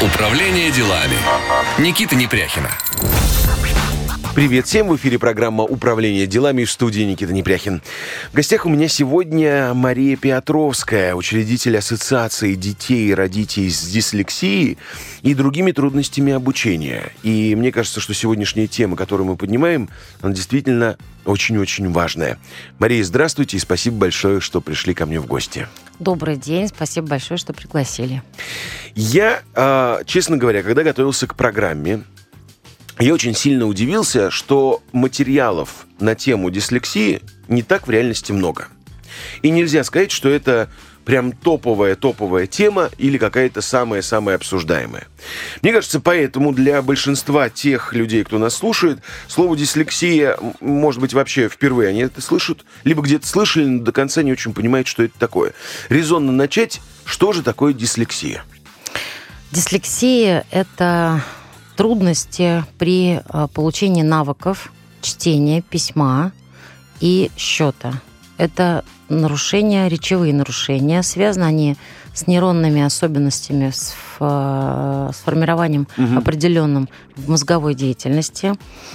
Управление делами. Никита Непряхина. Привет всем, в эфире программа «Управление делами», в студии Никита Непряхин. В гостях у меня сегодня Мария Петровская, учредитель Ассоциации детей и родителей с дислексией и другими трудностями обучения. И мне кажется, что сегодняшняя тема, которую мы поднимаем, она действительно очень-очень важная. Мария, здравствуйте и спасибо большое, что пришли ко мне в гости. Добрый день, спасибо большое, что пригласили. Я, честно говоря, когда готовился к программе, я очень сильно удивился, что материалов на тему дислексии не так в реальности много. И нельзя сказать, что это прям топовая тема или какая-то самая-самая обсуждаемая. Мне кажется, поэтому для большинства тех людей, кто нас слушает, слово дислексия, может быть, вообще впервые они это слышат, либо где-то слышали, но до конца не очень понимают, что это такое. Резонно начать, что же такое дислексия? Дислексия – это трудности при получении навыков чтения, письма и счета. Это нарушения, речевые нарушения. Связаны они с нейронными особенностями, с формированием определенным в мозговой деятельности.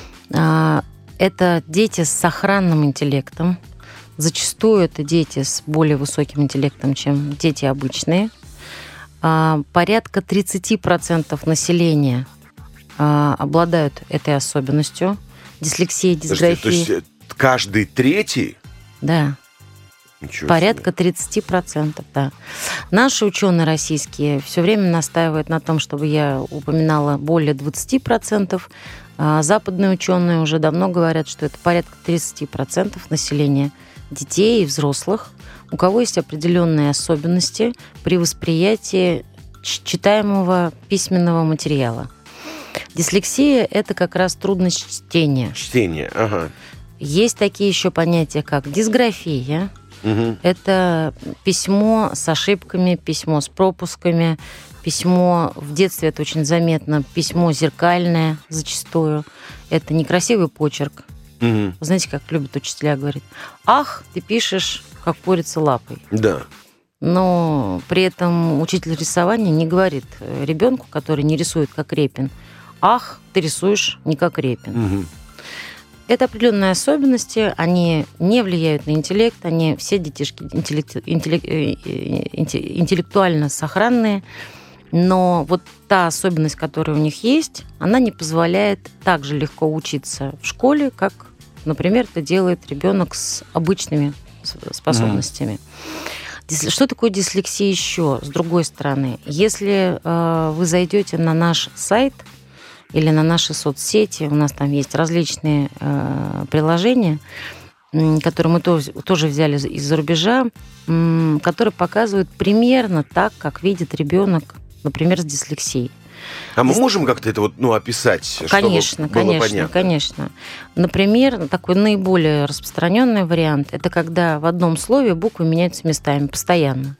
Это дети с сохранным интеллектом. Зачастую это дети с более высоким интеллектом, чем дети обычные. Порядка 30% населения обладают этой особенностью. Дислексия, дисграфия. То есть каждый третий? Да. Порядка 30%, да. Наши ученые российские все время настаивают на том, чтобы я упоминала более 20%. Западные ученые уже давно говорят, что это порядка 30% населения детей и взрослых, у кого есть определенные особенности при восприятии читаемого письменного материала. Дислексия – это как раз трудность чтения. Чтение, ага. Есть такие еще понятия, как дисграфия. Угу. Это письмо с ошибками, письмо с пропусками, письмо в детстве, это очень заметно, письмо зеркальное зачастую. Это некрасивый почерк. Угу. Вы знаете, как любят учителя говорить: «Ах, ты пишешь, как курица лапой». Да. Но при этом учитель рисования не говорит ребенку, который не рисует как Репин: «Ах, ты рисуешь не как Репин». Угу. Это определенные особенности, они не влияют на интеллект, они все детишки интеллектуально сохранные, но вот та особенность, которая у них есть, она не позволяет так же легко учиться в школе, как, например, это делает ребенок с обычными способностями. Что такое дислексия еще? С другой стороны, если вы зайдете на наш сайт или на наши соцсети, у нас там есть различные приложения, которые мы тоже взяли из-за рубежа, которые показывают примерно так, как видит ребенок, например, с дислексией. А мы можем как-то это описать, конечно, чтобы было понятно? Конечно. Например, такой наиболее распространенный вариант – это когда в одном слове буквы меняются местами постоянно.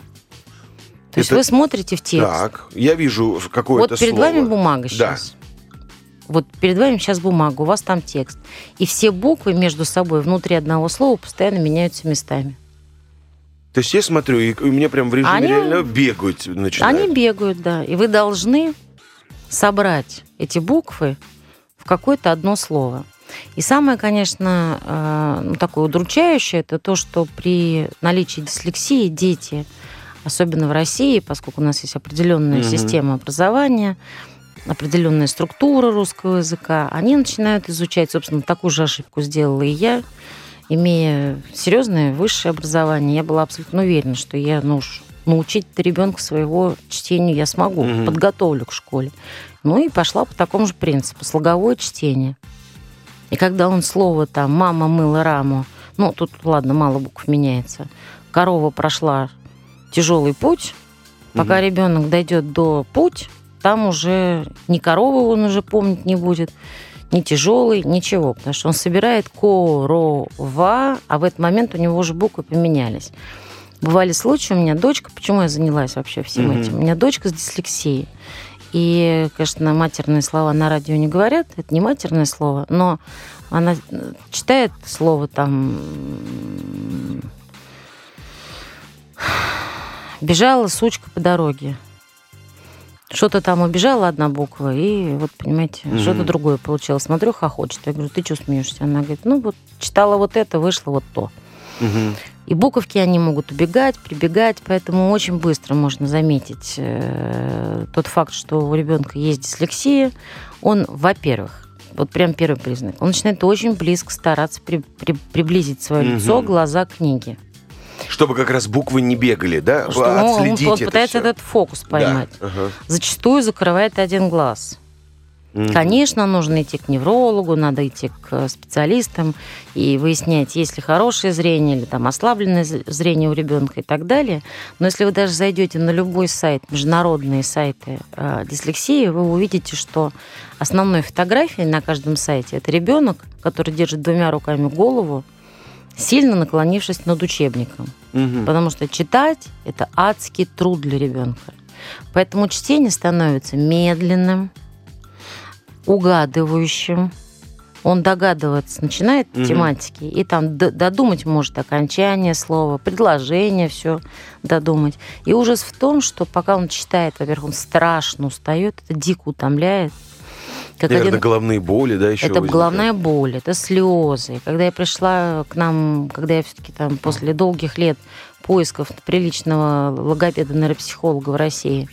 То есть вы смотрите в текст. Так, я вижу какое-то слово. Вот перед вами бумага сейчас. Да. Вот перед вами сейчас бумага, у вас там текст. И все буквы между собой внутри одного слова постоянно меняются местами. То есть я смотрю, и у меня прям в режиме реально бегают начинают. Они бегают, да. И вы должны собрать эти буквы в какое-то одно слово. И самое, конечно, такое удручающее, это то, что при наличии дислексии дети, особенно в России, поскольку у нас есть определенная система образования, определенная структура русского языка, они начинают изучать, собственно, такую же ошибку сделала и я, имея серьезное высшее образование. Я была абсолютно уверена, что я научить ребенка своего чтению я смогу, подготовлю к школе. Ну и пошла по такому же принципу, слоговое чтение. И когда он слово там «мама мыла раму», тут, ладно, мало букв меняется, «корова прошла тяжелый путь», пока ребенок дойдет до «путь», там уже ни корову он уже помнить не будет, ни тяжелый, ничего, потому что он собирает корова, а в этот момент у него уже буквы поменялись. Бывали случаи, у меня дочка, почему я занялась вообще всем этим? У меня дочка с дислексией. И, конечно, матерные слова на радио не говорят, это не матерное слово, но она читает слово там «бежала сучка по дороге». Что-то там убежала одна буква, и вот, понимаете, что-то другое получилось. Смотрю, хохочет. Я говорю, ты что смеешься? Она говорит, ну вот читала вот это, вышло вот то. И буковки, они могут убегать, прибегать, поэтому очень быстро можно заметить тот факт, что у ребенка есть дислексия. Он, во-первых, вот прям первый признак, он начинает очень близко стараться приблизить свое лицо, глаза к книге. Чтобы как раз буквы не бегали, да? Что Отследить он это пытается всё. этот фокус поймать. Да. Ага. Зачастую закрывает один глаз. Конечно, нужно идти к неврологу, надо идти к специалистам и выяснять, есть ли хорошее зрение или там ослабленное зрение у ребенка и так далее. Но если вы даже зайдете на любой сайт, международные сайты дислексии, вы увидите, что основной фотографией на каждом сайте это ребенок, который держит двумя руками голову, сильно наклонившись над учебником. Потому что читать – это адский труд для ребенка. Поэтому чтение становится медленным, угадывающим. Он догадываться начинает тематики, и там додумать может окончание слова, предложение все додумать. И ужас в том, что пока он читает, во-первых, он страшно устает, это дико утомляет. Наверное, головные боли, да, еще это возникают. головная боль, это слезы. Когда я пришла к нам, когда я все-таки там после долгих лет поисков приличного логопеда-нейропсихолога в России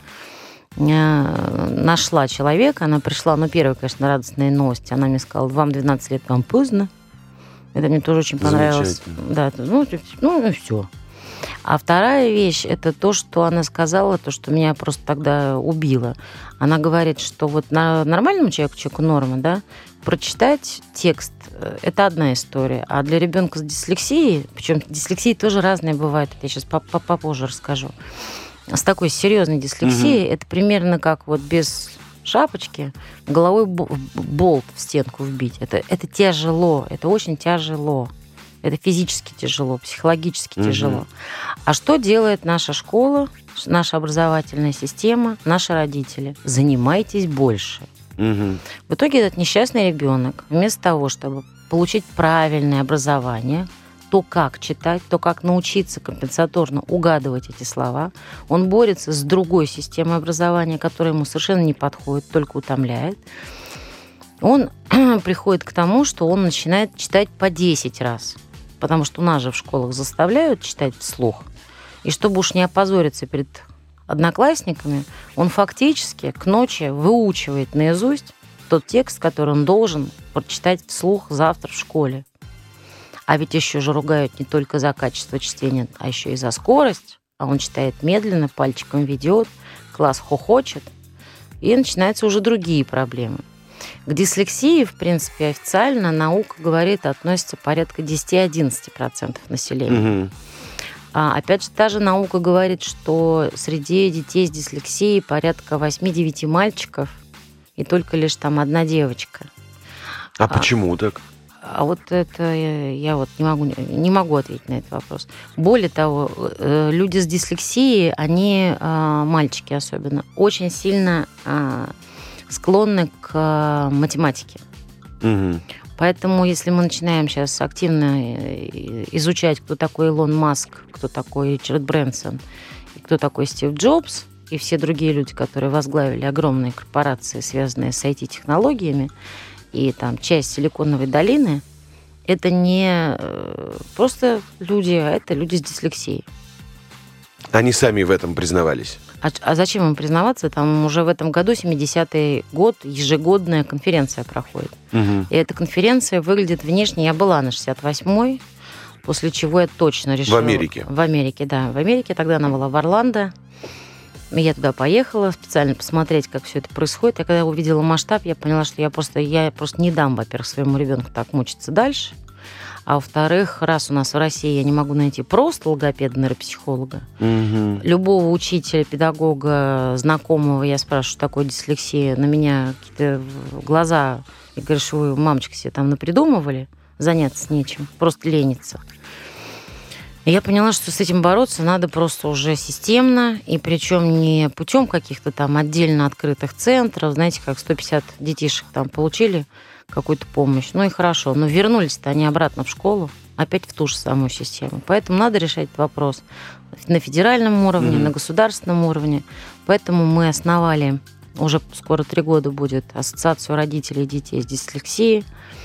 нашла человека, она пришла, первая, конечно, радостная новость. Она мне сказала, вам 12 лет, вам поздно. Это мне тоже очень понравилось. Да, все. А вторая вещь, это то, что она сказала, то, что меня просто тогда убило. Она говорит, что вот нормальному человеку норма, да, прочитать текст – это одна история. А для ребенка с дислексией, причем дислексии тоже разные бывают, это я сейчас попозже расскажу, с такой серьезной дислексией, это примерно как вот без шапочки головой болт в стенку вбить. Это тяжело, это очень тяжело. Это физически тяжело, психологически тяжело. А что делает наша школа, наша образовательная система, наши родители? Занимайтесь больше. В итоге этот несчастный ребенок, вместо того, чтобы получить правильное образование, то, как читать, то, как научиться компенсаторно угадывать эти слова, он борется с другой системой образования, которая ему совершенно не подходит, только утомляет. Он приходит к тому, что он начинает читать по 10 раз. Потому что у нас же в школах заставляют читать вслух. И чтобы уж не опозориться перед одноклассниками, он фактически к ночи выучивает наизусть тот текст, который он должен прочитать вслух завтра в школе. А ведь еще же ругают не только за качество чтения, а еще и за скорость. А он читает медленно, пальчиком ведет, класс хохочет. И начинаются уже другие проблемы. К дислексии, в принципе, официально наука говорит, относится порядка 10-11% населения. Опять же, та же наука говорит, что среди детей с дислексией порядка 8-9 мальчиков и только лишь там одна девочка. А почему так? А вот это я вот не могу ответить на этот вопрос. Более того, люди с дислексией, они, мальчики особенно, очень сильно склонны к математике. Поэтому, если мы начинаем сейчас активно изучать, кто такой Илон Маск, кто такой Ричард Брэнсон, и кто такой Стив Джобс, и все другие люди, которые возглавили огромные корпорации, связанные с IT-технологиями, и там часть Силиконовой долины, это не просто люди, а это люди с дислексией. Они сами в этом признавались. А зачем им признаваться? Там уже в этом году, 70-й год, ежегодная конференция проходит. И эта конференция выглядит внешне... Я была на 68-й, после чего я точно решила... В Америке? В Америке, да. В Америке. Тогда она была в Орландо. Я туда поехала специально посмотреть, как все это происходит. Я когда увидела масштаб, я поняла, что я просто не дам, во-первых, своему ребенку так мучиться дальше. А во-вторых, раз у нас в России я не могу найти просто логопеда-нейропсихолога, любого учителя, педагога, знакомого, я спрашиваю, что такое дислексия, на меня какие-то глаза, и говорю, что вы, мамочка, себе там напридумывали, заняться нечем, просто лениться. И я поняла, что с этим бороться надо просто уже системно, и причем не путем каких-то там отдельно открытых центров, знаете, как 150 детишек там получили какую-то помощь. Ну и хорошо, но вернулись-то они обратно в школу. опять в ту же самую систему. Поэтому надо решать этот вопрос на федеральном уровне, на государственном уровне. Поэтому мы основали, уже скоро 3 года будет, Ассоциацию родителей и детей с дислексией.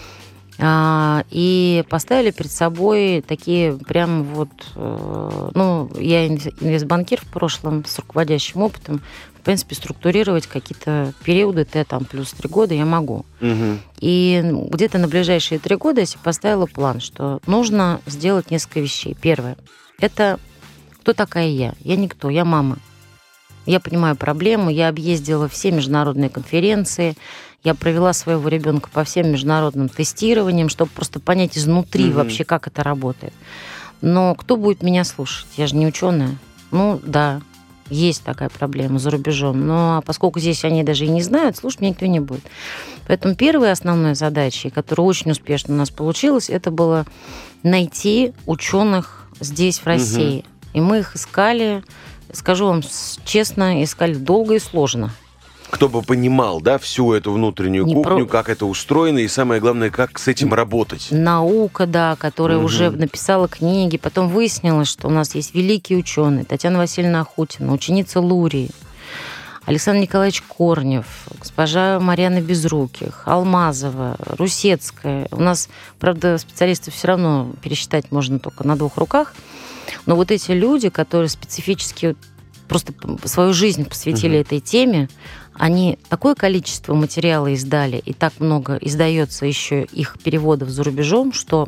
И поставили перед собой такие прям вот... я инвестбанкир в прошлом с руководящим опытом. В принципе, структурировать какие-то периоды там плюс 3 года я могу. И где-то на ближайшие 3 года я себе поставила план, что нужно сделать несколько вещей. Первое. Это кто такая я? Я никто, я мама. Я понимаю проблему, я объездила все международные конференции, я провела своего ребенка по всем международным тестированиям, чтобы просто понять изнутри вообще, как это работает. Но кто будет меня слушать? Я же не ученая. Да, есть такая проблема за рубежом, но поскольку здесь они даже и не знают, слушать меня никто не будет. Поэтому первой основной задачей, которая очень успешно у нас получилась, это было найти ученых здесь, в России. И мы их искали, скажу вам честно, искали долго и сложно. Кто бы понимал, да, всю эту внутреннюю кухню, как это устроено, и самое главное, как с этим работать. Наука, да, которая уже написала книги. Потом выяснилось, что у нас есть великие ученые. Татьяна Васильевна Ахутина, ученица Лурии, Александр Николаевич Корнев, госпожа Марьяна Безруких, Алмазова, Русецкая. У нас, правда, специалистов все равно пересчитать можно только на 2 руках. Но вот эти люди, которые специфически просто свою жизнь посвятили этой теме, они такое количество материала издали, и так много издается еще их переводов за рубежом, что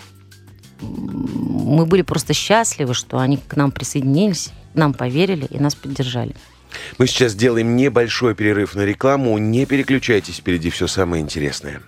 мы были просто счастливы, что они к нам присоединились, нам поверили и нас поддержали. Мы сейчас сделаем небольшой перерыв на рекламу. Не переключайтесь, впереди все самое интересное.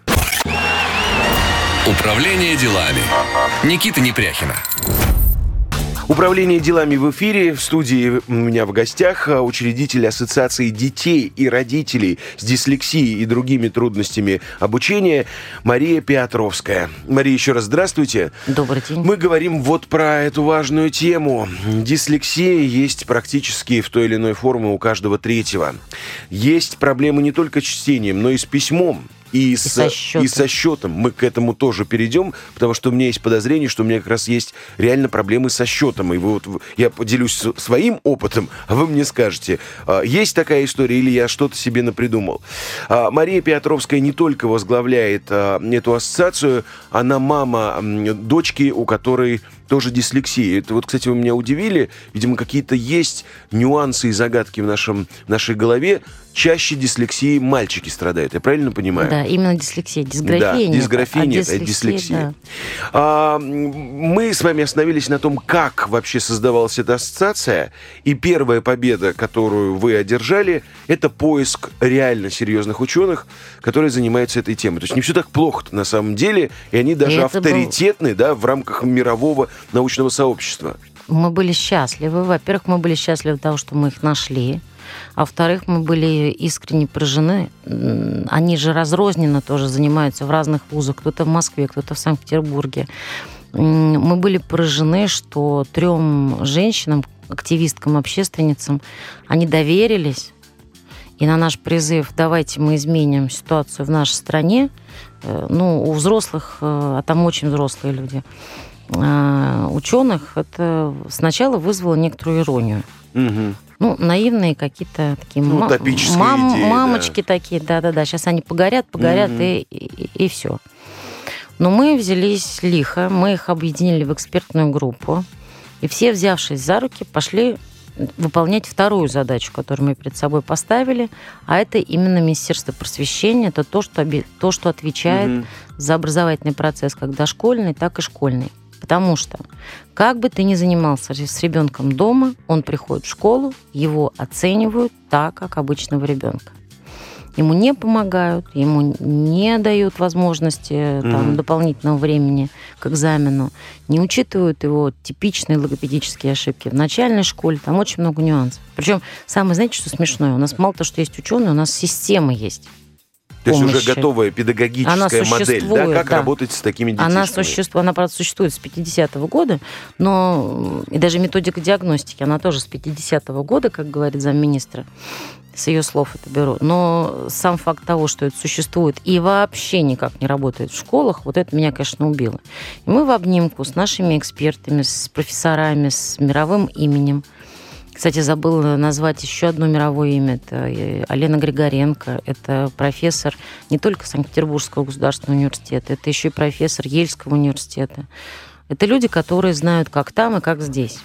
Управление делами. Никита Непряхина. Управление делами в эфире. В студии у меня в гостях учредитель Ассоциации детей и родителей с дислексией и другими трудностями обучения Мария Петровская. Мария, еще раз здравствуйте. Добрый день. Мы говорим вот про эту важную тему. Дислексия есть практически в той или иной форме у каждого третьего. Есть проблемы не только с чтением, но и с письмом. И со счетом. Мы к этому тоже перейдем, потому что у меня есть подозрение, что у меня как раз есть реально проблемы со счетом. И я поделюсь своим опытом, а вы мне скажете, есть такая история или я что-то себе напридумал. Мария Петровская не только возглавляет эту ассоциацию, она мама дочки, у которой тоже дислексия. Это вот, кстати, вы меня удивили. Видимо, какие-то есть нюансы и загадки в нашей голове. Чаще дислексии мальчики страдают. Я правильно понимаю? Да, именно дислексия. Дисграфия нет. Дисграфия нет, а дислексия. Да. Мы с вами остановились на том, как вообще создавалась эта ассоциация. И первая победа, которую вы одержали, это поиск реально серьезных ученых, которые занимаются этой темой. То есть не все так плохо-то на самом деле. И они даже авторитетны, да, в рамках мирового научного сообщества. Мы были счастливы. Во-первых, мы были счастливы того, что мы их нашли. А во-вторых, мы были искренне поражены. Они же разрозненно тоже занимаются в разных вузах. Кто-то в Москве, кто-то в Санкт-Петербурге. Мы были поражены, что 3 женщинам, активисткам, общественницам, они доверились. И на наш призыв «давайте мы изменим ситуацию в нашей стране», у взрослых, а там очень взрослые люди, ученых, это сначала вызвало некоторую иронию. Наивные какие-то такие утопические идеи, мамочки такие, да-да-да, сейчас они погорят, и все. Но мы взялись лихо, мы их объединили в экспертную группу, и все, взявшись за руки, пошли выполнять вторую задачу, которую мы перед собой поставили, а это именно Министерство просвещения, это то, что отвечает за образовательный процесс как дошкольный, так и школьный. Потому что, как бы ты ни занимался с ребенком дома, он приходит в школу, его оценивают так, как обычного ребенка. Ему не помогают, ему не дают возможности дополнительного времени к экзамену, не учитывают его типичные логопедические ошибки. В начальной школе там очень много нюансов. Причем самое, знаете, что смешное? У нас мало того, что есть ученые, у нас система есть. То есть помощи. уже готовая педагогическая модель, да, как да. работать с такими детишками? Она, правда, существует с 50-го года, но и даже методика диагностики, она тоже с 50-го года, как говорит замминистра. С ее слов это беру. Но сам факт того, что это существует и вообще никак не работает в школах, вот это меня, конечно, убило. И мы в обнимку с нашими экспертами, с профессорами, с мировым именем. Кстати, забыла назвать еще одно мировое имя. Это Алена Григоренко. Это профессор не только Санкт-Петербургского государственного университета, это еще и профессор Ельского университета. Это люди, которые знают, как там и как здесь.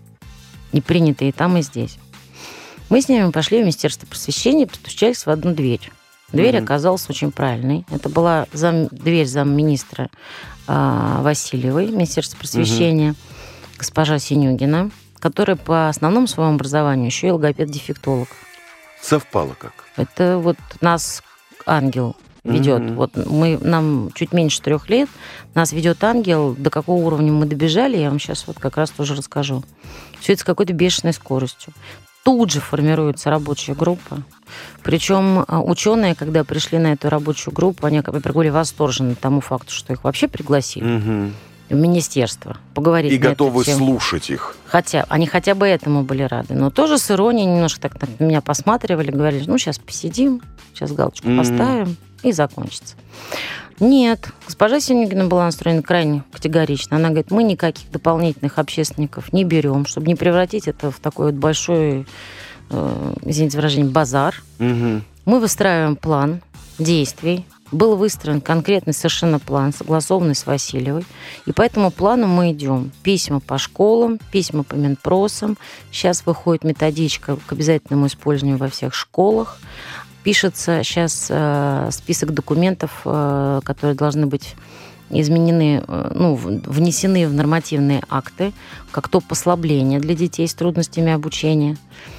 И принятые и там, и здесь. Мы с ними пошли в Министерство просвещения, постучались в одну дверь. Дверь оказалась очень правильной. Это была дверь замминистра Васильевой, Министерства просвещения, госпожа Синюгина, которая по основному своему образованию еще и логопед-дефектолог. Совпало как? Это вот нас ангел ведет. Вот нам чуть меньше 3 лет, нас ведет ангел. До какого уровня мы добежали, я вам сейчас вот как раз тоже расскажу. Все это с какой-то бешеной скоростью. Тут же формируется рабочая группа. Причем ученые, когда пришли на эту рабочую группу, они были восторжены тому факту, что их вообще пригласили в министерство поговорить. И готовы слушать их. Они хотя бы этому были рады. Но тоже с иронией немножко так на меня посматривали, говорили, сейчас посидим, сейчас галочку поставим и закончится. Нет, госпожа Синюгина была настроена крайне категорично. Она говорит, мы никаких дополнительных общественников не берем, чтобы не превратить это в такой вот большой, извините за выражение, базар. Мы выстраиваем план действий. Был выстроен конкретный совершенно план, согласованный с Васильевой. И по этому плану мы идем. Письма по школам, письма по Минпросам. Сейчас выходит методичка к обязательному использованию во всех школах. Пишется сейчас список документов, которые должны быть изменены, внесены в нормативные акты, как то послабление для детей с трудностями обучения,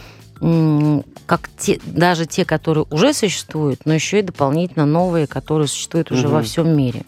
как даже те, которые уже существуют, но еще и дополнительно новые, которые существуют уже во всем мире.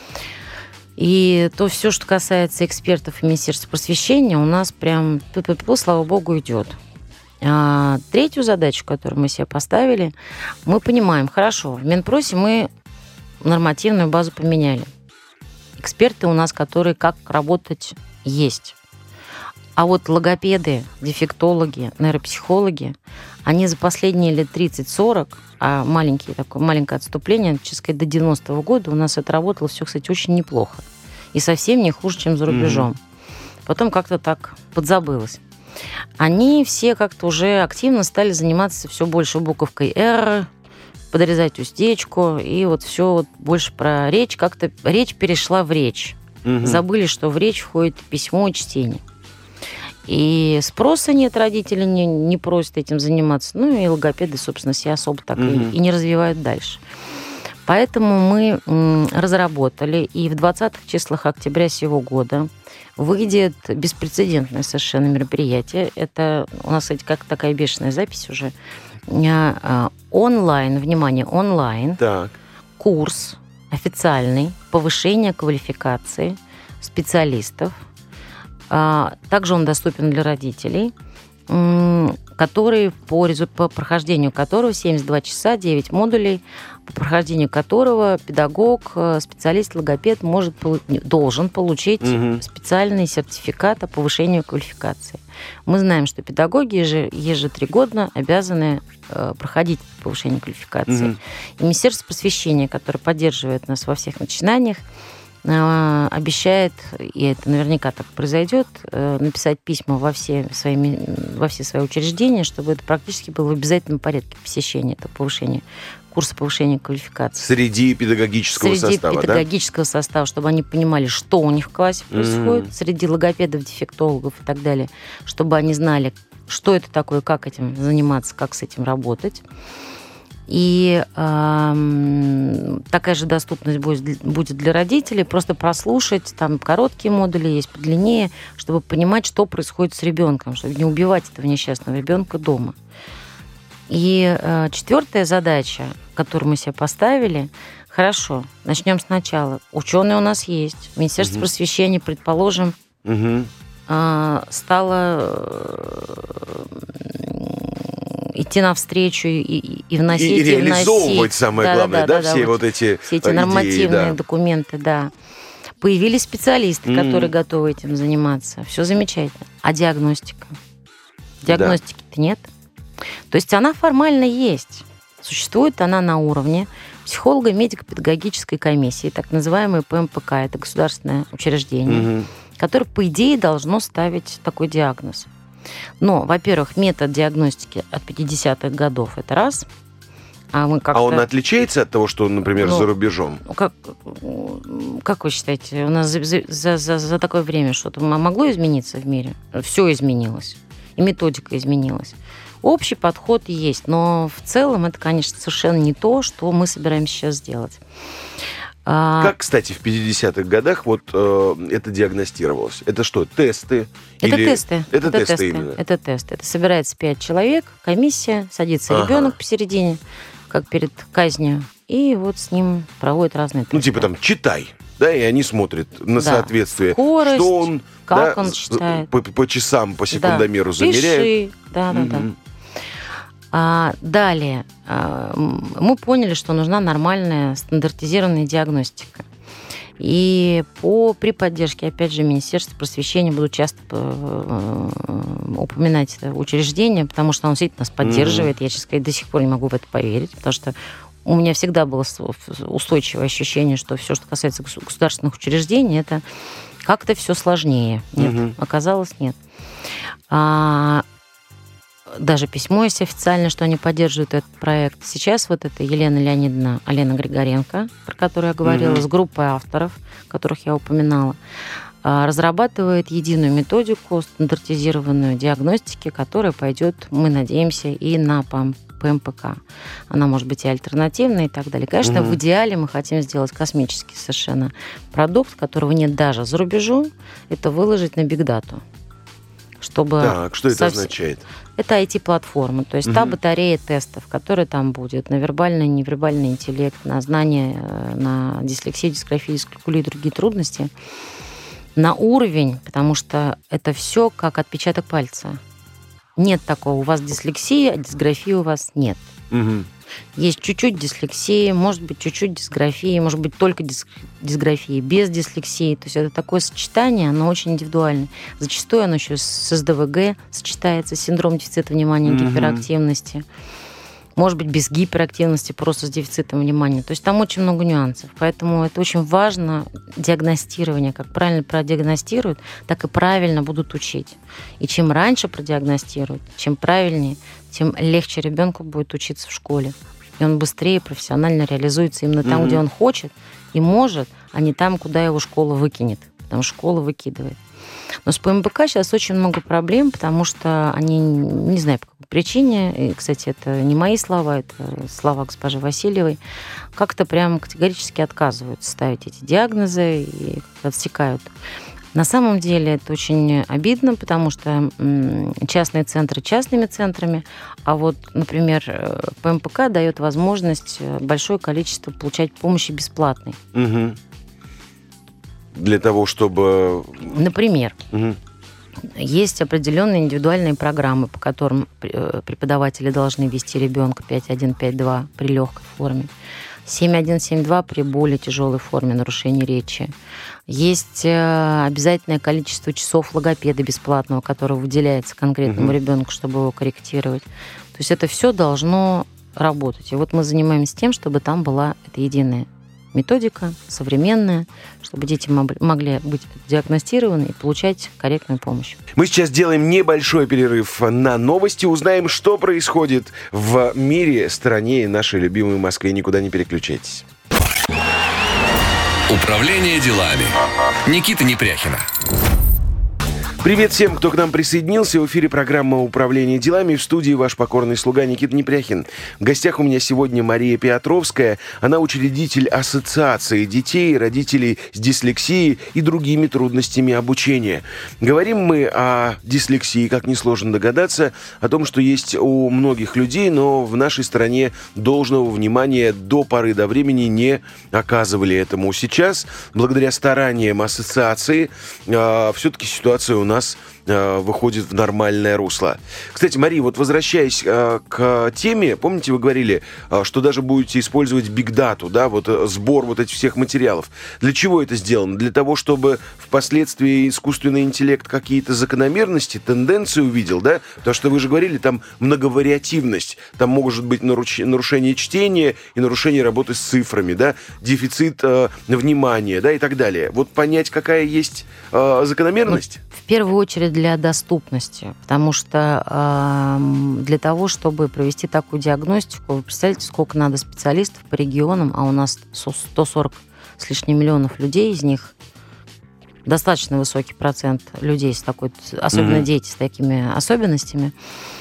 И то все, что касается экспертов и Министерства просвещения, у нас прям, слава богу, идет. А третью задачу, которую мы себе поставили, мы понимаем, хорошо, в Минпросе мы нормативную базу поменяли. Эксперты у нас, которые как работать, есть. А вот логопеды, дефектологи, нейропсихологи, они за последние лет 30-40, а маленькое отступление, честно сказать, до 90-го года у нас это работало все, кстати, очень неплохо. И совсем не хуже, чем за рубежом. Потом как-то так подзабылось. Они все как-то уже активно стали заниматься все больше буковкой «Р», подрезать уздечку, и вот все вот больше про речь. Как-то речь перешла в речь. Забыли, что в речь входит письмо и чтение. И спроса нет, родители не просят этим заниматься. Ну и логопеды, собственно, себя особо так и не развивают дальше. Поэтому мы разработали, и в 20-х числах октября сего года выйдет беспрецедентное совершенно мероприятие. Это у нас, кстати, как такая бешеная запись уже. Онлайн, внимание, онлайн. Так. Курс официальный повышения квалификации специалистов. Также он доступен для родителей, который по прохождению которого 72 часа, 9 модулей, по прохождению которого педагог, специалист, логопед должен получить специальный сертификат о повышении квалификации. Мы знаем, что педагоги ежетригодно обязаны проходить повышение квалификации. И Министерство просвещения, которое поддерживает нас во всех начинаниях, обещает, и это наверняка так произойдет, написать письма во все свои учреждения, чтобы это практически было в обязательном порядке посещения этого повышения, курса повышения квалификации. Среди педагогического состава, чтобы они понимали, что у них в классе происходит, среди логопедов, дефектологов и так далее, чтобы они знали, что это такое, как этим заниматься, как с этим работать. И такая же доступность будет для родителей, просто прослушать, там короткие модули есть, подлиннее, чтобы понимать, что происходит с ребенком, чтобы не убивать этого несчастного ребенка дома. И 4-я задача, которую мы себе поставили, хорошо, начнем сначала. Ученые у нас есть, Министерство просвещения, предположим, стало, идти навстречу и вносить, и реализовывать, самое главное, все вот эти все эти нормативные документы, да. Появились специалисты, которые готовы этим заниматься. Все замечательно. А диагностика? Диагностики-то нет. То есть она формально есть. Существует она на уровне психолого-медико-педагогической комиссии, так называемой ПМПК. Это государственное учреждение, которое, по идее, должно ставить такой диагноз. Но, во-первых, метод диагностики от 50-х годов – это раз. А он отличается от того, что, например, за рубежом? Как вы считаете, у нас за такое время что-то могло измениться в мире? Все изменилось. И методика изменилась. Общий подход есть, но в целом это, конечно, совершенно не то, что мы собираемся сейчас сделать. Как, кстати, в 50-х годах это диагностировалось? Это что, тесты? Это тесты. Это тесты именно? Это тесты. Это собирается 5 человек, комиссия, садится ребенок посередине, как перед казнью, и вот с ним проводят разные тесты. Типа там «читай». Да, и они смотрят на соответствие. Скорость, что он, как он читает. По часам, по секундомеру замеряет. Пиши. Да. Далее мы поняли, что нужна нормальная стандартизированная диагностика. И при поддержке, опять же, Министерства просвещения буду часто упоминать это учреждение, потому что оно действительно нас поддерживает. Я, честно сказать, до сих пор не могу в это поверить, потому что у меня всегда было устойчивое ощущение, что все, что касается государственных учреждений, это как-то все сложнее. Нет, оказалось, нет. Даже письмо есть официально, что они поддерживают этот проект. Сейчас вот это Елена Леонидовна, Алена Григоренко, про которую я говорила, с группой авторов, которых я упоминала, разрабатывает единую методику стандартизированную диагностики, которая пойдет, мы надеемся, и на ПМПК. Она может быть и альтернативной и так далее. Конечно, в идеале мы хотим сделать космический совершенно продукт, которого нет даже за рубежом, это выложить на бигдату. Чтобы так, что это означает? Это IT-платформа, то есть та батарея тестов, которая там будет, на вербальный, невербальный интеллект, на знание, на дислексию, дисграфию, дискалькулию и другие трудности, на уровень, потому что это все как отпечаток пальца. Нет такого, у вас дислексия, а дисграфии у вас нет. Есть чуть-чуть дислексии, может быть, чуть-чуть дисграфии, может быть, только дисграфии, без дислексии. То есть это такое сочетание, оно очень индивидуальное. Зачастую оно еще с СДВГ сочетается, синдром дефицита внимания и гиперактивности. Может быть, без гиперактивности, просто с дефицитом внимания. То есть там очень много нюансов. Поэтому это очень важно, диагностирование. Как правильно продиагностируют, так и правильно будут учить. И чем раньше продиагностируют, чем правильнее, тем легче ребенку будет учиться в школе. И он быстрее профессионально реализуется именно там, где он хочет и может, а не там, куда его школа выкинет. Потому что школа выкидывает. Но с ПМБК сейчас очень много проблем, потому что они, не знаю по какой причине, и, кстати, это не мои слова, это слова госпожи Васильевой, как-то прям категорически отказываются ставить эти диагнозы и отсекают. На самом деле это очень обидно, потому что частные центры частными центрами, а вот, например, ПМПК дает возможность большое количество получать помощи бесплатной. Для того, чтобы... Например, есть определенные индивидуальные программы, по которым преподаватели должны вести ребенка 5.1, 5.2 при легкой форме, 7.1, 7.2 при более тяжелой форме нарушения речи. Есть обязательное количество часов логопеда бесплатного, которое выделяется конкретному ребенку, чтобы его корректировать. То есть это все должно работать. И вот мы занимаемся тем, чтобы там была эта единая методика, современная, чтобы дети могли быть диагностированы и получать корректную помощь. Мы сейчас делаем небольшой перерыв на новости, узнаем, что происходит в мире, стране и нашей любимой Москве. Никуда не переключайтесь. Управление делами. Никита Непряхина. Привет всем, кто к нам присоединился. В эфире программа «Управление делами». В студии ваш покорный слуга Никита Непряхин. В гостях у меня сегодня Мария Петровская. Она учредитель Ассоциации детей и родителей с дислексией и другими трудностями обучения. Говорим мы о дислексии, как несложно догадаться, о том, что есть у многих людей, но в нашей стране должного внимания до поры до времени не оказывали этому. Сейчас, благодаря стараниям ассоциации, все-таки ситуация у нас выходит в нормальное русло. Кстати, Мария, вот возвращаясь к теме, помните, вы говорили, что даже будете использовать бигдату, да, вот сбор вот этих всех материалов. Для чего это сделано? Для того, чтобы впоследствии искусственный интеллект какие-то закономерности, тенденции увидел, да? Потому что вы же говорили, там многовариативность, там может быть нарушение чтения и нарушение работы с цифрами, да, дефицит внимания, да, и так далее. Вот понять, какая есть закономерность? Ну, в первую очередь для доступности, потому что для того, чтобы провести такую диагностику, вы представляете, сколько надо специалистов по регионам, а у нас 140 с лишним миллионов людей, из них достаточно высокий процент людей с такой, особенно дети с такими особенностями.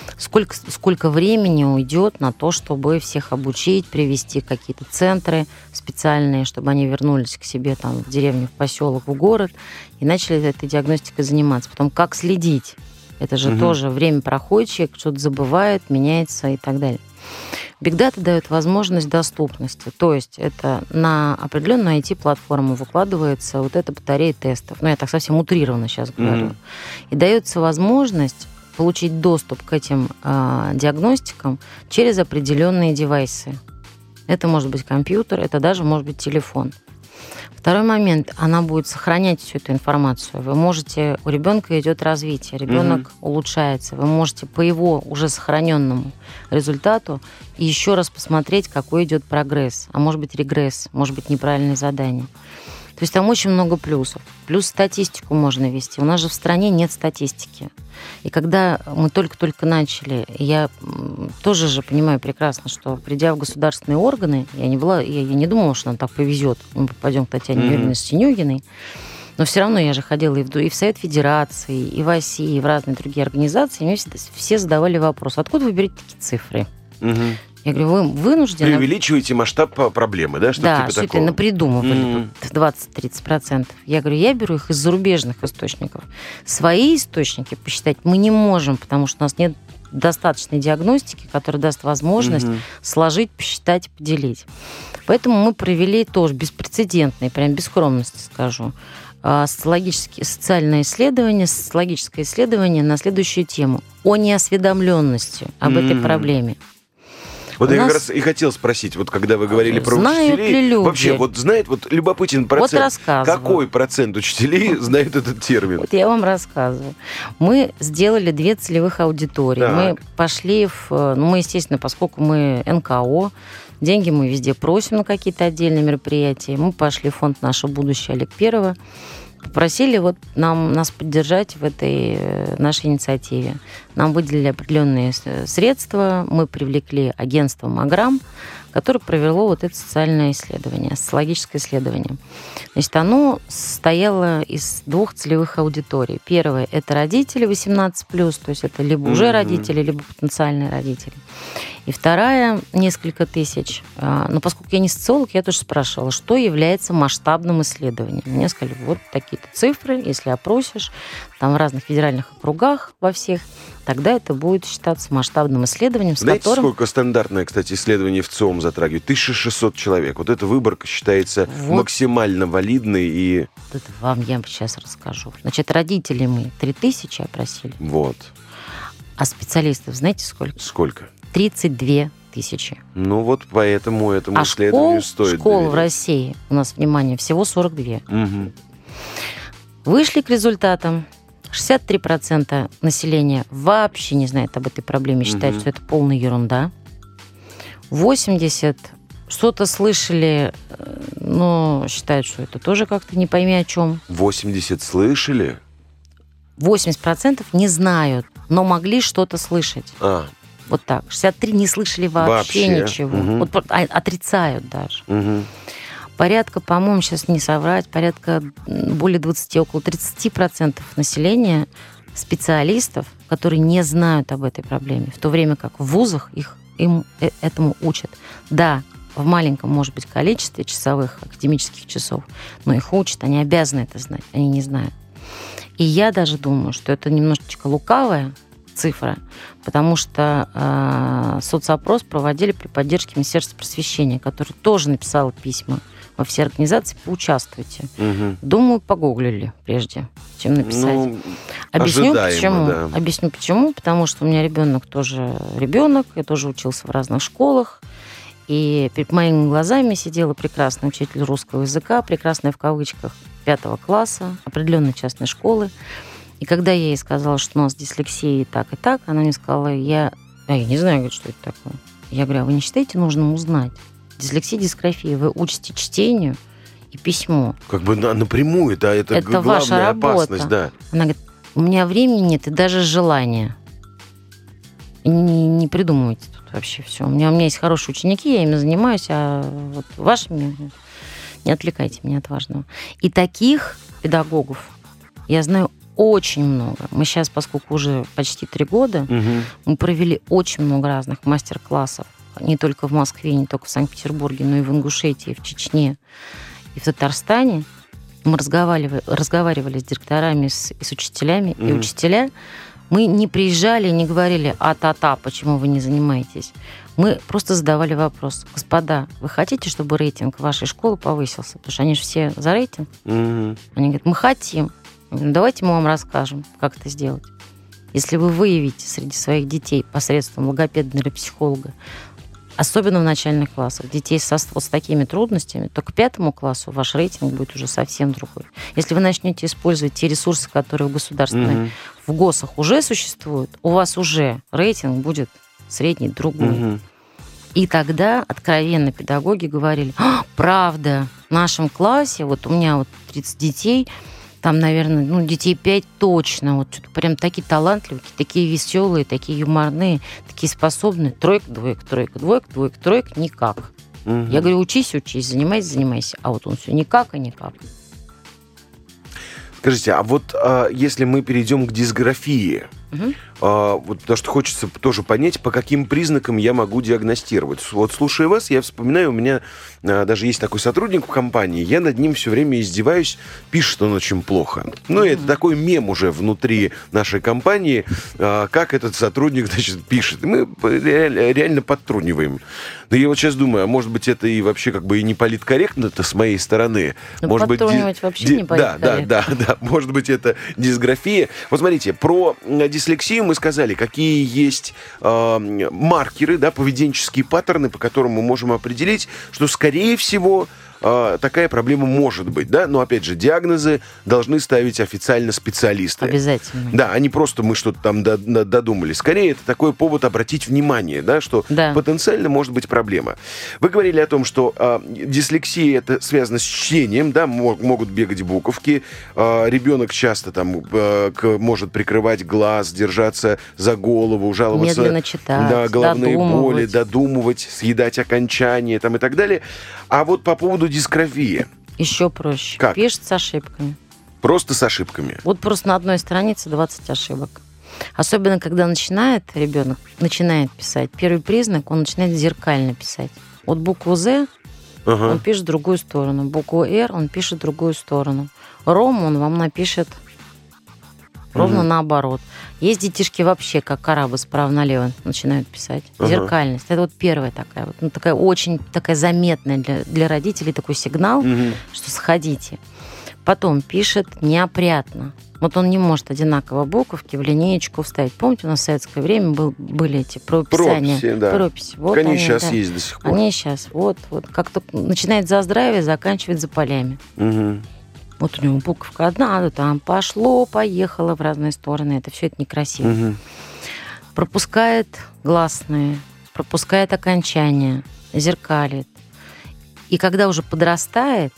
Сколько времени уйдет на то, чтобы всех обучить, привести какие-то центры специальные, чтобы они вернулись к себе там, в деревню, в поселок, в город и начали этой диагностикой заниматься. Потом как следить? Это же тоже время проходит, человек что-то забывает, меняется и так далее. Бигдата дает возможность доступности. То есть это на определенную IT-платформу выкладывается вот эта батарея тестов. Ну, я так совсем утрированно сейчас говорю. И дается возможность получить доступ к этим диагностикам через определенные девайсы. Это может быть компьютер, это даже может быть телефон. Второй момент, она будет сохранять всю эту информацию. Вы можете, у ребенка идет развитие, ребенок улучшается. Вы можете по его уже сохраненному результату еще раз посмотреть, какой идет прогресс, а может быть регресс, может быть неправильные задания. То есть там очень много плюсов. Плюс статистику можно вести. У нас же в стране нет статистики. И когда мы только-только начали, я тоже же понимаю прекрасно, что придя в государственные органы, я не думала, что нам так повезет. Мы попадем к Татьяне Юрьевне Синюгиной. Но все равно я же ходила и в Совет Федерации, и в ОСИ, и в разные другие организации. И мне все задавали вопрос, откуда вы берете такие цифры? Я говорю, вы вынуждены... Преувеличиваете масштаб проблемы, да? Что да, типа что такого? это напридумывали 20-30%. Я говорю, я беру их из зарубежных источников. Свои источники посчитать мы не можем, потому что у нас нет достаточной диагностики, которая даст возможность сложить, посчитать, поделить. Поэтому мы провели тоже беспрецедентное, прям без скромности скажу, социальное исследование, социологическое исследование на следующую тему о неосведомленности об этой проблеме. Вот я как раз и хотел спросить, вот когда вы говорили про знают учителей, ли люди? вообще, вот знает, вот любопытен процент. Вот рассказываю. Какой процент учителей знает этот термин? Вот я вам рассказываю. Мы сделали 2 целевых аудитории. Так. Мы пошли мы, естественно, поскольку мы НКО, деньги мы везде просим на какие-то отдельные мероприятия. Мы пошли в фонд «Наше будущее» Олега Первого. Попросили нас поддержать в этой нашей инициативе. Нам выделили определенные средства, мы привлекли агентство «Маграм», которое провело вот это социальное исследование, социологическое исследование. Значит, оно состояло из 2 целевых аудиторий. Первая – это родители 18+, то есть это либо уже родители, либо потенциальные родители. И вторая – несколько тысяч. Но поскольку я не социолог, я тоже спрашивала, что является масштабным исследованием. Мне сказали, вот такие-то цифры, если опросишь, там в разных федеральных округах во всех, тогда это будет считаться масштабным исследованием, с Знаете, которым... сколько стандартное, кстати, исследование в ЦИОМ затрагивает? 1600 человек. Вот эта выборка считается максимально валидной и... Это вам я сейчас расскажу. Значит, родителей мы 3000 опросили. Вот. А специалистов знаете сколько? Сколько? 32 тысячи. Ну вот поэтому этому исследованию стоит школ доверять. в России, у нас, внимание, всего 42. Угу. Вышли к результатам. 63% населения вообще не знает об этой проблеме, считают, что это полная ерунда. 80% что-то слышали, но считают, что это тоже как-то не пойми о чем. 80 слышали? 80% не знают, но могли что-то слышать. Вот так. 63% не слышали вообще ничего. Вот, отрицают даже. Порядка, по-моему, сейчас не соврать, порядка более 20, около 30% населения специалистов, которые не знают об этой проблеме, в то время как в вузах им этому учат. Да, в маленьком, может быть, количестве часовых академических часов, но их учат, они обязаны это знать, они не знают. И я даже думаю, что это немножечко лукавая цифра, потому что соцопрос проводили при поддержке Министерства просвещения, которое тоже написало письма во все организации, поучаствуйте. Думаю, погуглили прежде, чем написать. Ну, Объясню ожидаемо, почему. да. Объясню почему. Потому что у меня ребенок тоже ребенок, я тоже учился в разных школах. И перед моими глазами сидела прекрасный учитель русского языка, прекрасная в кавычках, 5 класса, определенной частной школы. И когда я ей сказала, что у нас дислексия и так, она мне сказала, я не знаю, говорит, что это такое. Я говорю, а вы не считаете нужным узнать? Дислексия, дисграфия, вы учите чтению и письмо. Как бы напрямую, да, это главная ваша работа. опасность, да. Она говорит, у меня времени нет и даже желания. И не придумывайте тут вообще все. У меня есть хорошие ученики, я ими занимаюсь, а вот вашими не отвлекайте меня от важного. И таких педагогов я знаю очень много. Мы сейчас, поскольку уже почти 3 года, мы провели очень много разных мастер-классов. Не только в Москве, не только в Санкт-Петербурге, но и в Ингушетии, в Чечне и в Татарстане. Мы разговаривали с директорами и с учителями. И учителя, мы не приезжали и не говорили, почему вы не занимаетесь. Мы просто задавали вопрос. Господа, вы хотите, чтобы рейтинг вашей школы повысился? Потому что они же все за рейтинг. Они говорят, мы хотим. Я говорю, давайте мы вам расскажем, как это сделать. Если вы выявите среди своих детей посредством логопеда или психолога, особенно в начальных классах, детей с такими трудностями, то к 5 классу ваш рейтинг будет уже совсем другой. Если вы начнете использовать те ресурсы, которые в государственной, в ГОСах уже существуют, у вас уже рейтинг будет средний другой. И тогда откровенно педагоги говорили, правда, в нашем классе, вот у меня 30 детей, там, наверное, детей 5 точно. Вот что-то прям такие талантливые, такие веселые, такие юморные, такие способные. 3, 2, 3, 2, 2, 3, никак. Я говорю, учись, занимайся. А вот он все никак и никак. Скажите, а вот если мы перейдем к дисграфии, вот потому что хочется тоже понять, по каким признакам я могу диагностировать. Вот слушая вас, я вспоминаю, у меня даже есть такой сотрудник в компании, я над ним все время издеваюсь, пишет он очень плохо. Ну, это такой мем уже внутри нашей компании, как этот сотрудник, значит, пишет. И мы реально подтруниваем. Но я вот сейчас думаю, а может быть, это и вообще как бы и не политкорректно-то с моей стороны. Может быть, вообще не политкорректно. Да, может быть, это дисграфия. Вот смотрите, про дислексию мы сказали, какие есть маркеры, да, поведенческие паттерны, по которым мы можем определить, что, скорее всего, такая проблема может быть, да, но, опять же, диагнозы должны ставить официально специалисты. Обязательно. Да, а не просто мы что-то там додумали. Скорее, это такой повод обратить внимание, да, что потенциально может быть проблема. Вы говорили о том, что дислексия это связано с чтением, да, могут бегать буковки, ребенок часто там может прикрывать глаз, держаться за голову, жаловаться медленно читать, да, головные боли, додумывать, съедать окончания там, и так далее. А вот по поводу дисграфии. Еще проще. Как? Пишет с ошибками. Просто с ошибками? Вот просто на одной странице 20 ошибок. Особенно, когда ребенок начинает писать. Первый признак, он начинает зеркально писать. Вот букву «З» он пишет в другую сторону. Букву «Р» он пишет в другую сторону. «Ром» он вам напишет ровно наоборот. Есть детишки вообще, как арабы, справа налево начинают писать. Зеркальность. Это вот первая такая, такая очень такая заметная для родителей такой сигнал, что сходите. Потом пишет неопрятно. Вот он не может одинаково буковки в линеечку вставить. Помните, у нас в советское время были эти прописания? Прописи, да. Прописи. Вот они сейчас есть до сих пор. Они сейчас. Вот. Как-то начинает за здравие, заканчивает за полями. Вот у него буковка одна, там пошло, поехало в разные стороны. Это все это некрасиво. Пропускает гласные, пропускает окончания, зеркалит. И когда уже подрастает,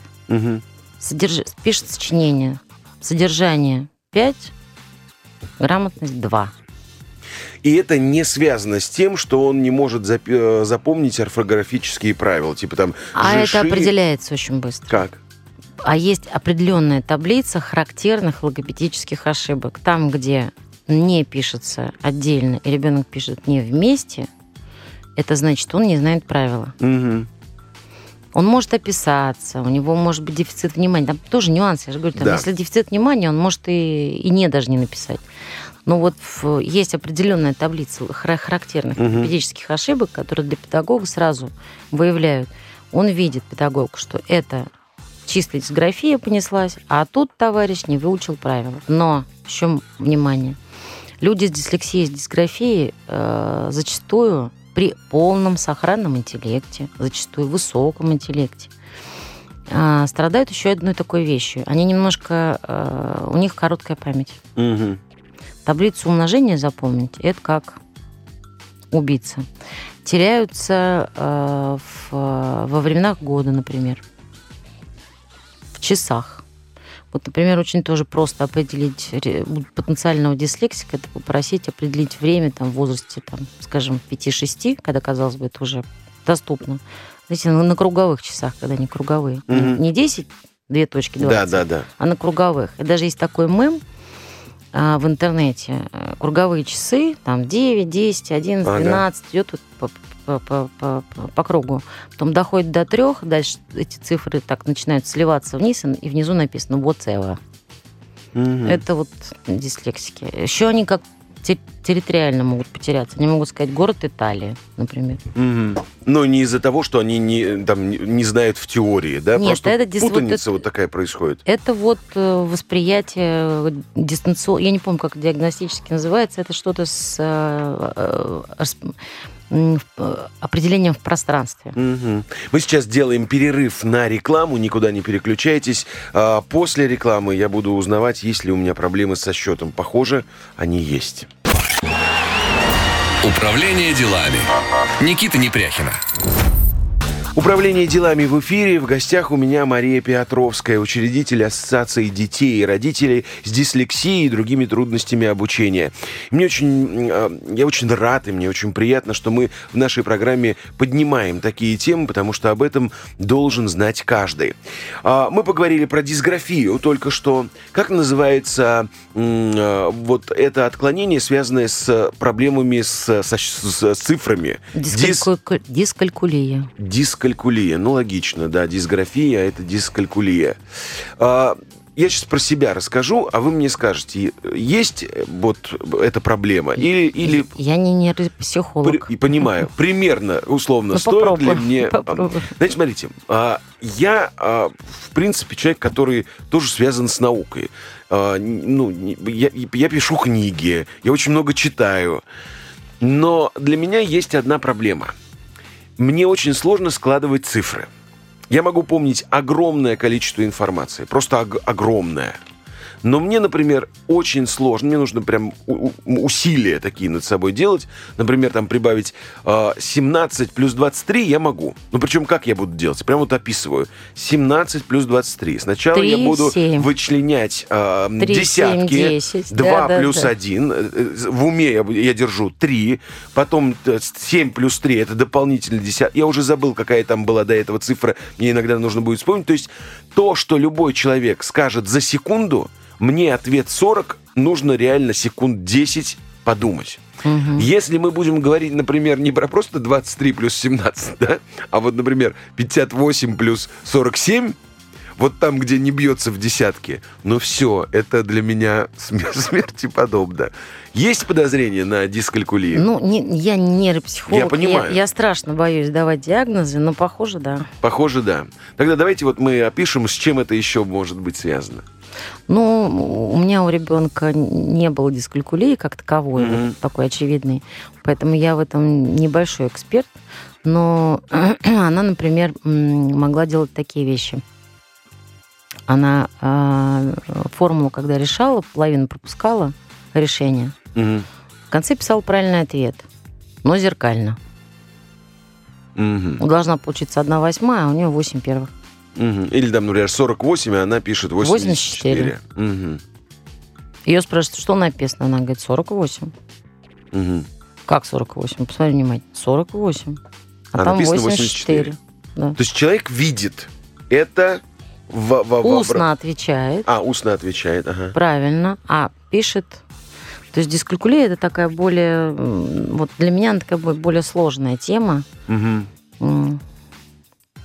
пишет сочинение. Содержание 5, грамотность 2. И это не связано с тем, что он не может запомнить орфографические правила. Типа там это определяется очень быстро. Как? А есть определенная таблица характерных логопедических ошибок. Там, где не пишется отдельно, и ребенок пишет не вместе, это значит, он не знает правила. Он может описаться, у него может быть дефицит внимания. Там тоже нюансы. Я же говорю, если дефицит внимания, он может и даже не написать. Но вот есть определенная таблица характерных орфопедических ошибок, которые для педагога сразу выявляют. Он видит, педагог, что это чистая дисграфия понеслась, а тут товарищ не выучил правила. Но, в чем внимание, люди с дислексией, с дисграфией зачастую при полном сохранном интеллекте, зачастую высоком интеллекте, страдают еще одной такой вещью. Они немножко... у них короткая память. Угу. Таблицу умножения запомнить – это как убийца. Теряются во временах года, например, в часах. Вот, например, очень тоже просто определить потенциального дислексика, это попросить определить время там, в возрасте, там, скажем, 5-6, когда, казалось бы, это уже доступно. Знаете, на круговых часах, когда они круговые. Не 10, 2 точки 20, а на круговых. И даже есть такой мем в интернете. Круговые часы, там 9, 10, 11, 12, идет вот по кругу. Потом доходит до 3, дальше эти цифры так начинают сливаться вниз, и внизу написано «whatever». Это вот дислексики. Еще они как территориально могут потеряться. Они могут сказать город Италия, например. Но не из-за того, что они не знают в теории, да? Нет, просто это путаница вот такая происходит. Это вот восприятие дистанционное. Я не помню, как диагностически называется. Это что-то с определением в пространстве. Мы сейчас делаем перерыв на рекламу, никуда не переключайтесь. После рекламы я буду узнавать, есть ли у меня проблемы со счетом. Похоже, они есть. Управление делами. Никита Непряхина. Управление делами в эфире. В гостях у меня Мария Петровская, учредитель Ассоциации детей и родителей с дислексией и другими трудностями обучения. Я очень рад, и мне очень приятно, что мы в нашей программе поднимаем такие темы, потому что об этом должен знать каждый. Мы поговорили про дисграфию только что. Как называется вот это отклонение, связанное с проблемами с цифрами? Дискалькулия. Дискалькулия. Ну, логично, да. Дисграфия – это дискалькулия. Я сейчас про себя расскажу, а вы мне скажете, есть вот эта проблема? Или... Я не нейропсихолог. Понимаю. Примерно, условно, стоит ли мне... Знаете, смотрите, я, в принципе, человек, который тоже связан с наукой. Я пишу книги, я очень много читаю. Но для меня есть одна проблема. Мне очень сложно складывать цифры. Я могу помнить огромное количество информации, просто огромное. Но мне, например, очень сложно, мне нужно прям усилия такие над собой делать. Например, там прибавить 17 плюс 23 я могу. Ну, причем как я буду делать? Прям вот описываю. 17 плюс 23. Сначала 3, я буду 7. вычленять 3, десятки. 7, 10. 2 плюс 1. В уме я держу 3. Потом 7 плюс 3 это дополнительный десяток. Я уже забыл, какая там была до этого цифра. Мне иногда нужно будет вспомнить. То есть то, что любой человек скажет за секунду, мне ответ 40, нужно реально секунд 10 подумать. Если мы будем говорить, например, не про просто 23 плюс 17, да, а вот, например, 58 плюс 47, вот там, где не бьется в десятки, ну все, это для меня смерти подобно. Есть подозрение на дискалькулию? Ну, я не нейропсихолог. Я понимаю. Я страшно боюсь давать диагнозы, но похоже, да. Похоже, да. Тогда давайте вот мы опишем, с чем это еще может быть связано. Ну, у меня у ребенка не было дискалькулии как таковой, вот такой очевидной. Поэтому я в этом небольшой эксперт. Но она, например, могла делать такие вещи. Она формулу, когда решала, половину пропускала решение. В конце писала правильный ответ, но зеркально. Должна получиться 1/8, а у нее 8 первых. Или там, например, 48, а она пишет 84. Ее спрашивают, что написано? Она говорит, 48. Как 48? Посмотри внимательно. 48. А там написано 84. Да. То есть человек видит это... Устно отвечает. Устно отвечает, ага. Правильно. А пишет... То есть дискалькулия – это такая более... Вот для меня она такая более сложная тема.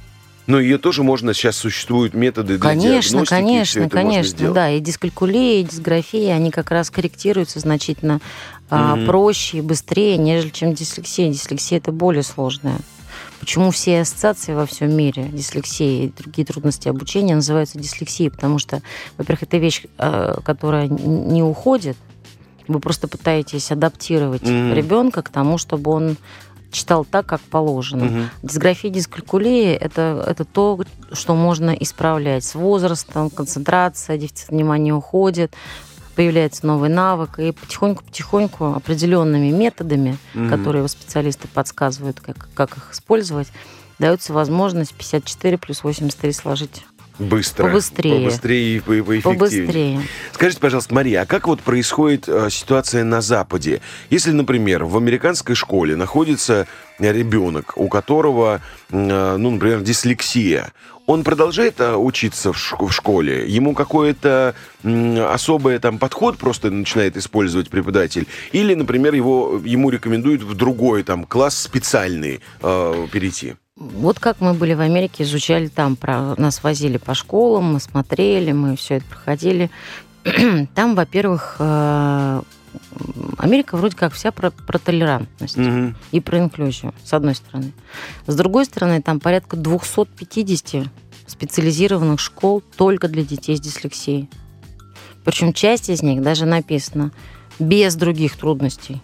Но ее тоже можно, сейчас существуют методы для Конечно, диагностики, и всё это можно сделать. да, и дискалькулия, и дисграфия, они как раз корректируются значительно проще и быстрее, нежели чем дислексия. Дислексия – это более сложная. Почему все ассоциации во всем мире, дислексия и другие трудности обучения, называются дислексией? Потому что, во-первых, это вещь, которая не уходит. Вы просто пытаетесь адаптировать ребенка к тому, чтобы он читал так, как положено. Дисграфия, дискалькулия – это то, что можно исправлять с возрастом, концентрация, дефицит внимания уходит, появляется новый навык, и потихоньку определенными методами, которые специалисты подсказывают, как их использовать, дается возможность 54 плюс 83 сложить. Быстро. Побыстрее. Побыстрее и поэффективнее. Побыстрее. Скажите, пожалуйста, Мария, а как вот происходит ситуация на Западе? Если, например, в американской школе находится ребенок, у которого, например, дислексия, он продолжает учиться в школе? Ему какой-то особый подход просто начинает использовать преподаватель? Или, например, ему рекомендуют в другой класс специальный перейти? Вот как мы были в Америке, изучали там, нас возили по школам, мы смотрели, мы все это проходили. Там, во-первых, Америка вроде как вся про толерантность и про инклюзию, с одной стороны. С другой стороны, там порядка 250 специализированных школ только для детей с дислексией. Причем часть из них даже написана без других трудностей.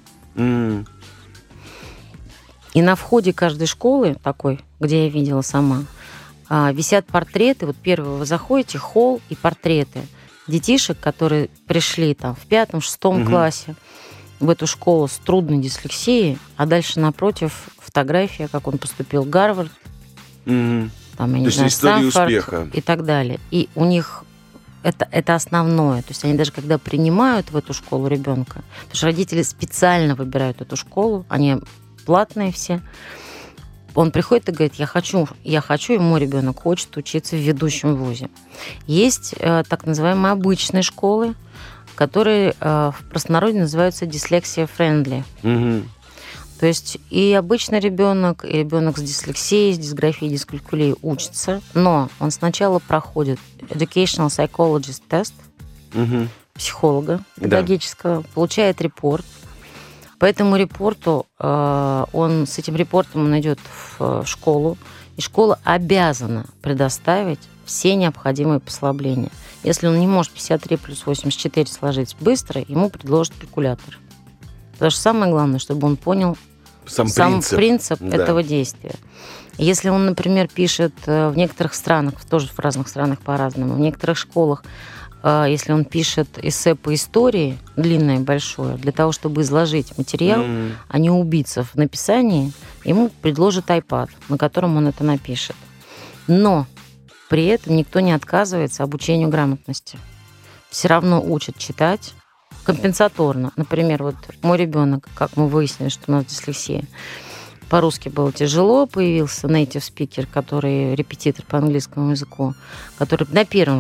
И на входе каждой школы, такой, где я видела сама, висят портреты. Вот первый вы заходите, холл и портреты детишек, которые пришли там в 5-6 классе в эту школу с трудной дислексией, а дальше напротив фотография, как он поступил в Гарвард, там, я не знаю, Стэнфорд и так далее. И у них это основное. То есть они даже когда принимают в эту школу ребенка, потому что родители специально выбирают эту школу, они платные все. Он приходит и говорит, я хочу, и мой ребенок хочет учиться в ведущем вузе. Есть так называемые обычные школы, которые в простонародье называются dyslexia-friendly. То есть и обычный ребенок, и ребенок с дислексией, с дисграфией, дискалькулией учится, но он сначала проходит educational psychologist тест психолога педагогического, получает репорт. По этому репорту с этим репортом он идет в школу, и школа обязана предоставить все необходимые послабления. Если он не может 53 плюс 84 сложить быстро, ему предложат калькулятор. Потому что самое главное, чтобы он понял сам принцип этого действия. Если он, например, пишет в некоторых странах, тоже в разных странах по-разному, в некоторых школах, если он пишет эссе по истории, длинное, большое, для того, чтобы изложить материал, а не убиться в написании, ему предложат iPad, на котором он это напишет. Но при этом никто не отказывается обучению грамотности. Все равно учат читать компенсаторно. Например, вот мой ребенок, как мы выяснили, что у нас дислексия, по-русски было тяжело, появился native speaker, который репетитор по английскому языку, который на первом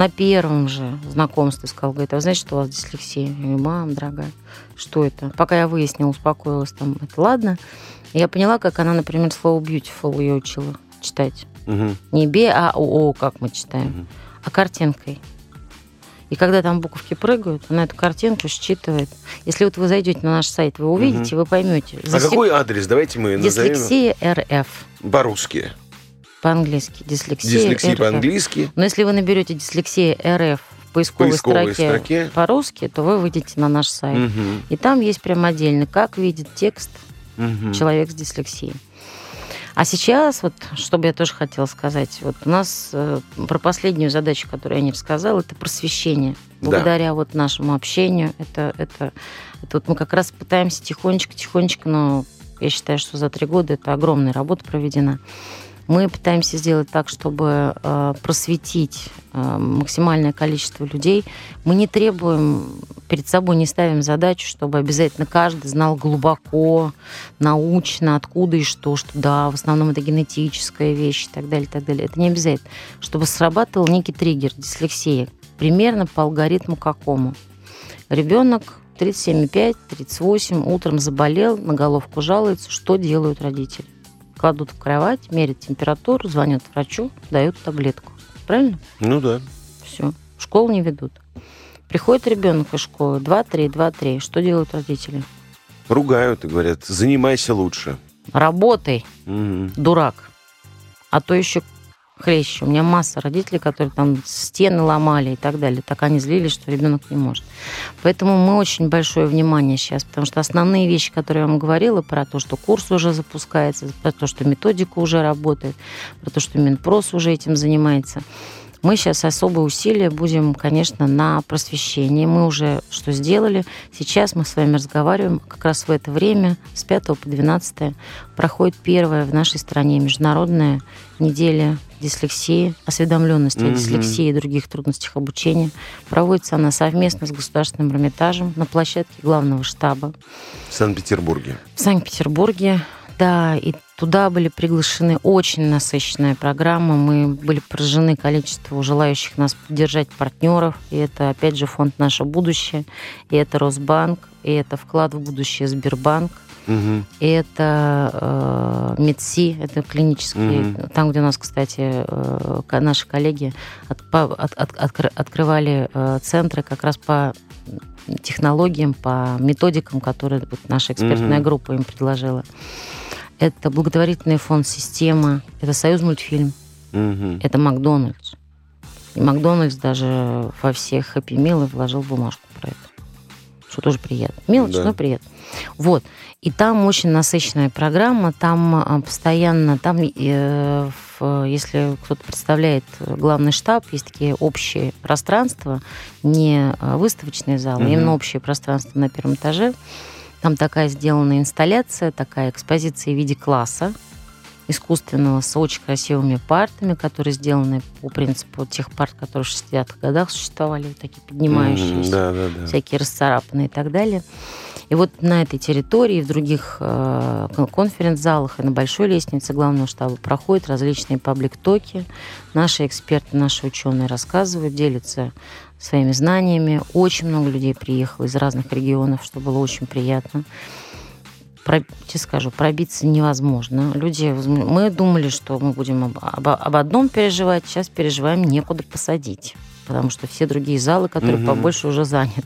же знакомстве сказал, говорит, а вы знаете, что у вас дислексия? Я говорю, мам, дорогая, что это? Пока я выяснила, успокоилась, это ладно. И я поняла, как она, например, слово beautiful ее учила читать. Не бе, а о, как мы читаем, а картинкой. И когда там буковки прыгают, она эту картинку считывает. Если вот вы зайдете на наш сайт, вы увидите, вы поймете. Какой адрес? Давайте мы назовем. Дислексия РФ. По-русски. По-английски. Дислексия по-английски. Но если вы наберете дислексия РФ в поисковой строке по-русски, то вы выйдете на наш сайт. И там есть прям отдельно, как видит текст человек с дислексией. А сейчас, вот, что бы я тоже хотела сказать, вот у нас про последнюю задачу, которую я не рассказала, это просвещение. Благодаря вот нашему общению, это вот мы как раз пытаемся тихонечко, но я считаю, что за 3 года это огромная работа проведена. Мы пытаемся сделать так, чтобы просветить максимальное количество людей. Мы не требуем, перед собой не ставим задачу, чтобы обязательно каждый знал глубоко, научно, откуда и что да, в основном это генетическая вещь и так далее, и так далее. Это не обязательно. Чтобы срабатывал некий триггер, дислексия, примерно по алгоритму какому. Ребенок 37,5, 38, утром заболел, на головку жалуется, что делают родители. кладут в кровать, меряют температуру, звонят врачу, дают таблетку. Правильно? Ну да. Все. В школу не ведут. Приходит ребенок из школы, 2-3, 2-3. Что делают родители? Ругают и говорят, занимайся лучше. Работай, Мгм. дурак. А то еще хлеще. У меня масса родителей, которые там стены ломали и так далее. Так они злились, что ребенок не может. Поэтому мы очень большое внимание сейчас, потому что основные вещи, которые я вам говорила, про то, что курс уже запускается, про то, что методика уже работает, про то, что Минпрос уже этим занимается. Мы сейчас особые усилия будем, конечно, на просвещение. Мы уже что сделали? Сейчас мы с вами разговариваем. Как раз в это время, с 5 по 12 проходит первая в нашей стране международная неделя дислексии, осведомленности о дислексии и других трудностях обучения. Проводится она совместно с Государственным Эрмитажем на площадке главного штаба В Санкт-Петербурге. в Санкт-Петербурге. Да, и туда были приглашены очень насыщенная программа. Мы были поражены количеством желающих нас поддержать партнеров. И это, опять же, фонд «Наше будущее», и это Росбанк, и это вклад в будущее Сбербанк, Мгм. и это МедСи, это клинический, там, где у нас, кстати, наши коллеги открывали центры как раз по технологиям, по методикам, которые вот наша экспертная группа им предложила. Это благотворительный фонд «Система», это Союзмультфильм, Мгм. это Макдональдс. И Макдональдс даже во все Хэппи Милы вложил бумажку про это. Что тоже приятно. Мелочь, Да. но приятно. Вот. И там очень насыщенная программа, там постоянно, там, если кто-то представляет главный штаб, есть такие общие пространства, не выставочные залы, именно общее пространство на первом этаже. Там такая сделана инсталляция, такая экспозиция в виде класса искусственного с очень красивыми партами, которые сделаны по принципу тех парт, которые в 60-х годах существовали, вот такие поднимающиеся, Да. всякие расцарапанные и так далее. И вот на этой территории, в других конференц-залах и на большой лестнице главного штаба проходят различные паблик-токи. Наши эксперты, наши ученые рассказывают, делятся своими знаниями. Очень много людей приехало из разных регионов, что было очень приятно. Тебе скажу, пробиться невозможно. Мы думали, что мы будем об одном переживать, сейчас переживаем, некуда посадить, потому что все другие залы, которые побольше, уже заняты.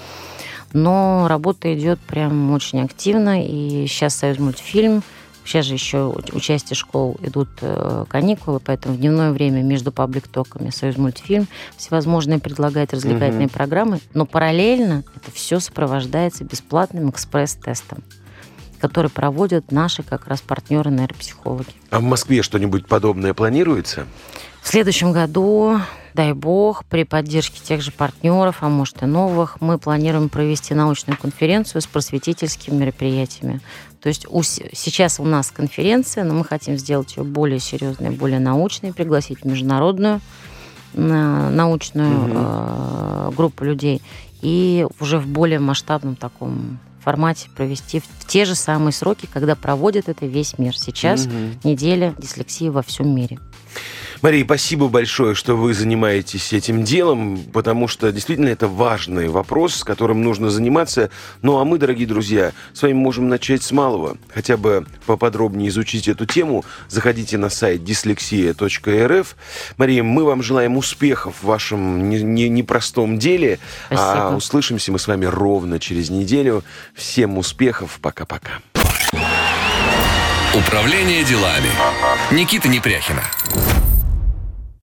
Но работа идет прям очень активно, и сейчас Союзмультфильм, сейчас же еще участие школ идут каникулы, поэтому в дневное время между паблик-токами Союзмультфильм всевозможные предлагает развлекательные программы, но параллельно это все сопровождается бесплатным экспресс-тестом, который проводят наши как раз партнеры-нейропсихологи. А в Москве что-нибудь подобное планируется? В следующем году, дай бог, при поддержке тех же партнеров, а может и новых, мы планируем провести научную конференцию с просветительскими мероприятиями. То есть сейчас у нас конференция, но мы хотим сделать ее более серьезной, более научной, пригласить международную научную группу людей и уже в более масштабном таком формате провести в те же самые сроки, когда проводит это весь мир. Сейчас неделя дислексии во всем мире. Мария, спасибо большое, что вы занимаетесь этим делом, потому что действительно это важный вопрос, с которым нужно заниматься. Ну а мы, дорогие друзья, с вами можем начать с малого. Хотя бы поподробнее изучить эту тему, заходите на сайт dyslexia.rf. Мария, мы вам желаем успехов в вашем непростом деле. Спасибо. А услышимся мы с вами ровно через неделю. Всем успехов. Пока-пока. Управление делами. Никита Непряхина.